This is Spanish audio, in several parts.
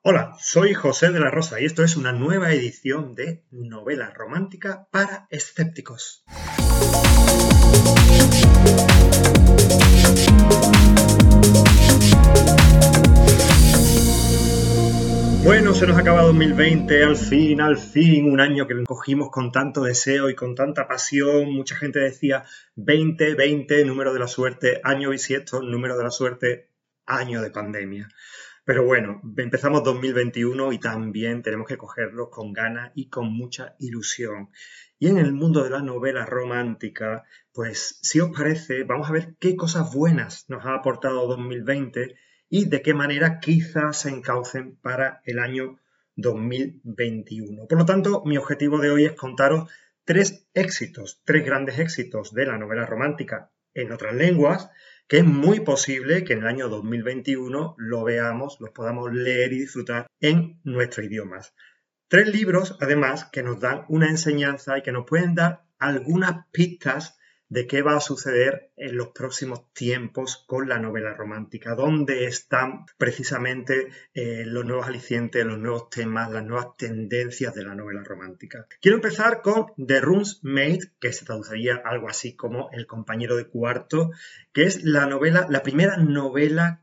Hola, soy José de la Rosa y esto es una nueva edición de Novela Romántica para Escépticos. Bueno, se nos acaba 2020, al fin, un año que cogimos con tanto deseo y con tanta pasión. Mucha gente decía 2020, número de la suerte, año bisiesto, número de la suerte, año de pandemia. Pero bueno, empezamos 2021 y también tenemos que cogerlo con ganas y con mucha ilusión. Y en el mundo de la novela romántica, pues si os parece, vamos a ver qué cosas buenas nos ha aportado 2020 y de qué manera quizás se encaucen para el año 2021. Por lo tanto, mi objetivo de hoy es contaros tres grandes éxitos de la novela romántica en otras lenguas, que es muy posible que en el año 2021 lo veamos, los podamos leer y disfrutar en nuestros idiomas. Tres libros, además, que nos dan una enseñanza y que nos pueden dar algunas pistas de qué va a suceder en los próximos tiempos con la novela romántica, dónde están precisamente los nuevos alicientes, los nuevos temas, las nuevas tendencias de la novela romántica. Quiero empezar con The Roommate, que se traduciría algo así como El compañero de cuarto, que es la primera novela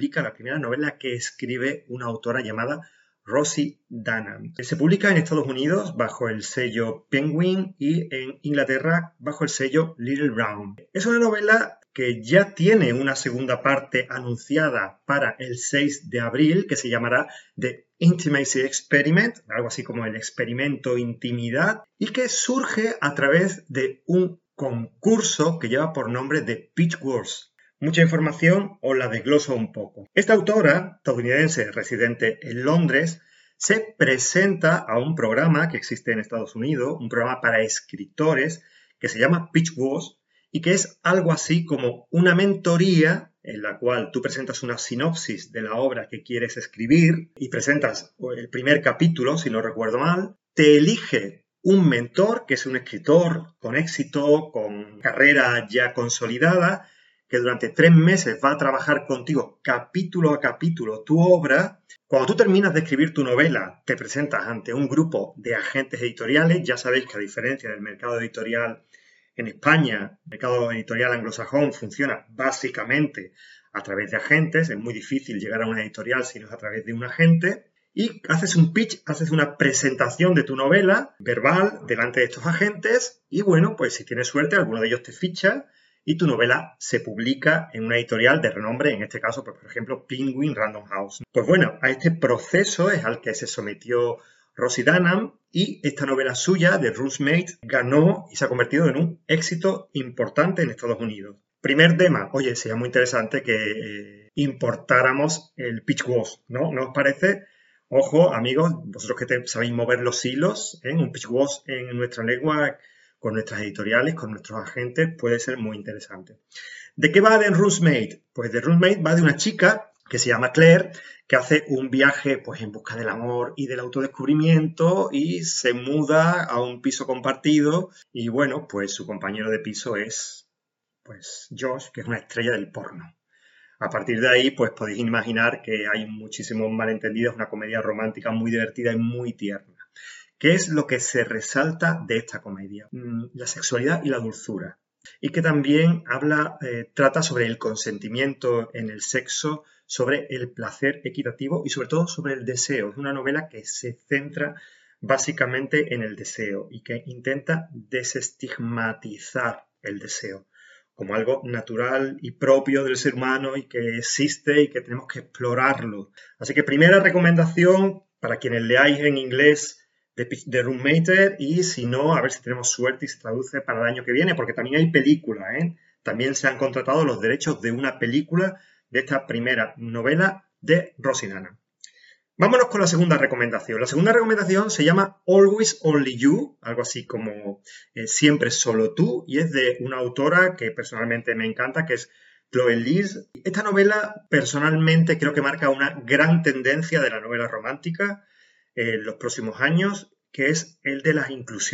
que escribe una autora llamada Rosie Dunham. Se publica en Estados Unidos bajo el sello Penguin y en Inglaterra bajo el sello Little Brown. Es una novela que ya tiene una segunda parte anunciada para el 6 de abril, que se llamará The Intimacy Experiment, algo así como el experimento intimidad, y que surge a través de un concurso que lleva por nombre The Pitch Wars. Mucha información, os la desgloso un poco. Esta autora estadounidense residente en Londres se presenta a un programa que existe en Estados Unidos, un programa para escritores que se llama Pitch Wars y que es algo así como una mentoría en la cual tú presentas una sinopsis de la obra que quieres escribir y presentas el primer capítulo, si no recuerdo mal, te elige un mentor que es un escritor con éxito, con carrera ya consolidada, que durante 3 meses va a trabajar contigo capítulo a capítulo tu obra. Cuando tú terminas de escribir tu novela, te presentas ante un grupo de agentes editoriales. Ya sabéis que a diferencia del mercado editorial en España, el mercado editorial anglosajón funciona básicamente a través de agentes. Es muy difícil llegar a una editorial si no es a través de un agente. Y haces un pitch, haces una presentación de tu novela verbal delante de estos agentes y bueno, pues si tienes suerte, alguno de ellos te ficha y tu novela se publica en una editorial de renombre, en este caso, pues, por ejemplo, Penguin Random House. Pues bueno, a este proceso es al que se sometió Rosie Dunham y esta novela suya, The Roommate, ganó y se ha convertido en un éxito importante en Estados Unidos. Primer tema, oye, sería muy interesante que importáramos el Pitch Wars, ¿no? ¿No os parece? Ojo, amigos, vosotros que sabéis mover los hilos, un Pitch Wars en nuestra lengua con nuestras editoriales, con nuestros agentes, puede ser muy interesante. ¿De qué va The Roommate? Pues The Roommate va de una chica que se llama Claire, que hace un viaje pues, en busca del amor y del autodescubrimiento y se muda a un piso compartido y bueno, pues su compañero de piso es pues Josh, que es una estrella del porno. A partir de ahí, pues podéis imaginar que hay muchísimos malentendidos, una comedia romántica muy divertida y muy tierna. ¿Qué es lo que se resalta de esta comedia? La sexualidad y la dulzura. Y que también trata sobre el consentimiento en el sexo, sobre el placer equitativo y sobre todo sobre el deseo. Es una novela que se centra básicamente en el deseo y que intenta desestigmatizar el deseo como algo natural y propio del ser humano y que existe y que tenemos que explorarlo. Así que primera recomendación para quienes leáis en inglés de Roommate y si no, a ver si tenemos suerte y se traduce para el año que viene, porque también hay película, También se han contratado los derechos de una película de esta primera novela de Rosie Dunham. Vámonos con la segunda recomendación. La segunda recomendación se llama Always Only You, algo así como Siempre Solo Tú, y es de una autora que personalmente me encanta, que es Chloe Liz. Esta novela personalmente creo que marca una gran tendencia de la novela romántica en los próximos años, que es el de la inclusión.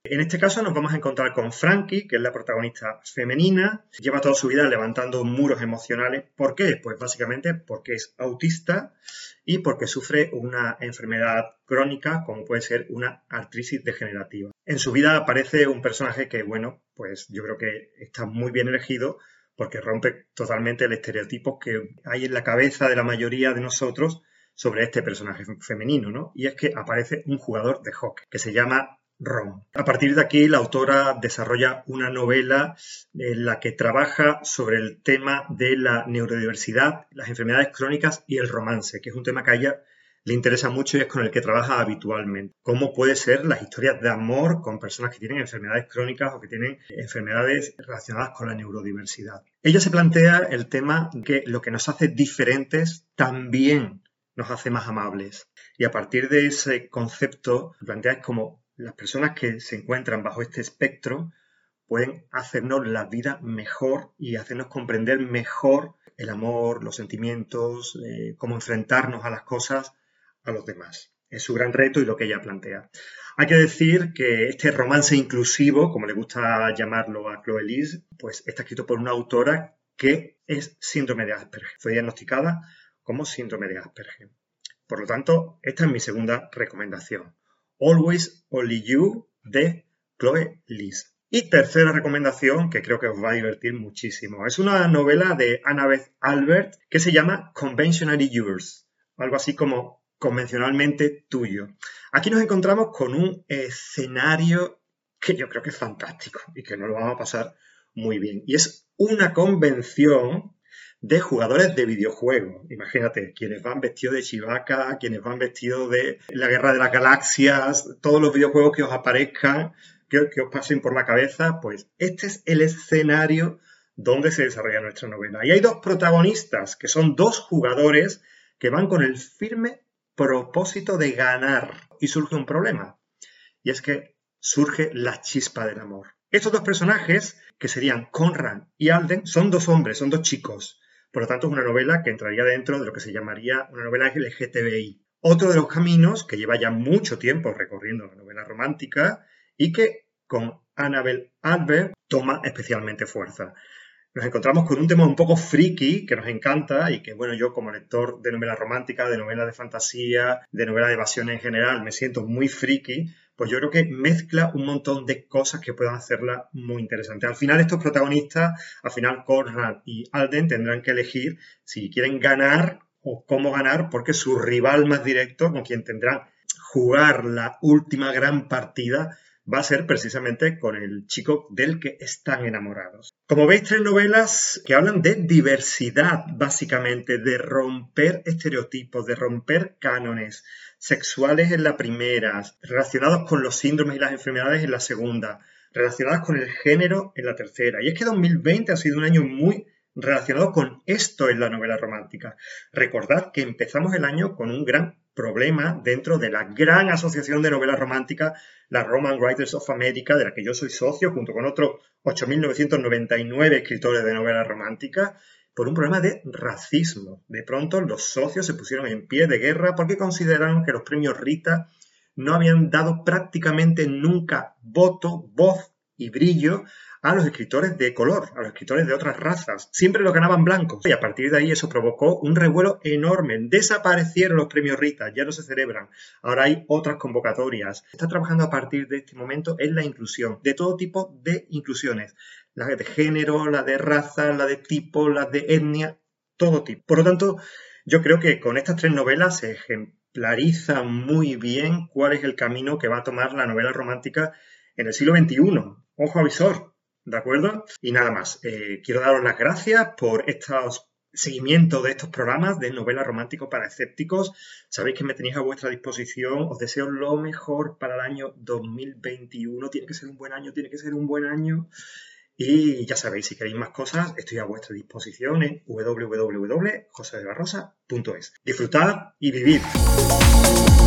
En este caso nos vamos a encontrar con Frankie, que es la protagonista femenina. Lleva toda su vida levantando muros emocionales. ¿Por qué? Pues básicamente porque es autista y porque sufre una enfermedad crónica como puede ser una artritis degenerativa. En su vida aparece un personaje que, bueno, pues yo creo que está muy bien elegido porque rompe totalmente el estereotipo que hay en la cabeza de la mayoría de nosotros sobre este personaje femenino, ¿no? Y es que aparece un jugador de hockey que se llama Ron. A partir de aquí, la autora desarrolla una novela en la que trabaja sobre el tema de la neurodiversidad, las enfermedades crónicas y el romance, que es un tema que a ella le interesa mucho y es con el que trabaja habitualmente. Cómo puede ser las historias de amor con personas que tienen enfermedades crónicas o que tienen enfermedades relacionadas con la neurodiversidad. Ella se plantea el tema que lo que nos hace diferentes también nos hace más amables. Y a partir de ese concepto, plantea es como las personas que se encuentran bajo este espectro pueden hacernos la vida mejor y hacernos comprender mejor el amor, los sentimientos, cómo enfrentarnos a las cosas, a los demás. Es su gran reto y lo que ella plantea. Hay que decir que este romance inclusivo, como le gusta llamarlo a Chloe Liese, pues está escrito por una autora que es síndrome de Asperger. Fue diagnosticada como síndrome de Asperger. Por lo tanto, esta es mi segunda recomendación. Always Only You, de Chloe Liese. Y tercera recomendación, que creo que os va a divertir muchísimo. Es una novela de Annabeth Albert que se llama Conventionally Yours. Algo así como convencionalmente tuyo. Aquí nos encontramos con un escenario que yo creo que es fantástico y que nos lo vamos a pasar muy bien. Y es una convención de jugadores de videojuegos. Imagínate, quienes van vestidos de Chewbacca, quienes van vestidos de la Guerra de las Galaxias, todos los videojuegos que os aparezcan, que os pasen por la cabeza, pues este es el escenario donde se desarrolla nuestra novela. Y hay dos protagonistas, que son dos jugadores que van con el firme propósito de ganar. Y surge un problema, y es que surge la chispa del amor. Estos dos personajes, que serían Conrad y Alden, son dos hombres, son dos chicos. Por lo tanto, es una novela que entraría dentro de lo que se llamaría una novela LGTBI. Otro de los caminos que lleva ya mucho tiempo recorriendo la novela romántica y que con Annabeth Albert toma especialmente fuerza. Nos encontramos con un tema un poco friki que nos encanta y que, bueno, yo como lector de novela romántica, de novela de fantasía, de novela de evasión en general, me siento muy friki, pues yo creo que mezcla un montón de cosas que puedan hacerla muy interesante. Al final estos protagonistas, al final Conrad y Alden tendrán que elegir si quieren ganar o cómo ganar, porque su rival más directo, con quien tendrán jugar la última gran partida, va a ser precisamente con el chico del que están enamorados. Como veis, tres novelas que hablan de diversidad, básicamente, de romper estereotipos, de romper cánones sexuales en la primera, relacionados con los síndromes y las enfermedades en la segunda, relacionadas con el género en la tercera. Y es que 2020 ha sido un año muy relacionado con esto en la novela romántica. Recordad que empezamos el año con un gran problema dentro de la gran asociación de novelas románticas, la Roman Writers of America, de la que yo soy socio, junto con otros 8.999 escritores de novelas románticas, por un problema de racismo. De pronto los socios se pusieron en pie de guerra porque consideraron que los premios Rita no habían dado prácticamente nunca voto, voz y brillo a los escritores de color, a los escritores de otras razas. Siempre lo ganaban blancos. Y a partir de ahí eso provocó un revuelo enorme. Desaparecieron los premios Rita, ya no se celebran. Ahora hay otras convocatorias. Se está trabajando a partir de este momento en la inclusión, de todo tipo de inclusiones. La de género, la de raza, la de tipo, la de etnia, todo tipo. Por lo tanto, yo creo que con estas tres novelas se ejemplariza muy bien cuál es el camino que va a tomar la novela romántica en el siglo XXI. Ojo avisor. ¿De acuerdo? Y nada más. Quiero daros las gracias por estos seguimiento de estos programas de novela romántico para escépticos. Sabéis que me tenéis a vuestra disposición. Os deseo lo mejor para el año 2021. Tiene que ser un buen año, tiene que ser un buen año. Y ya sabéis, si queréis más cosas, estoy a vuestra disposición en www.josedelarrosa.es. Disfrutad y vivid.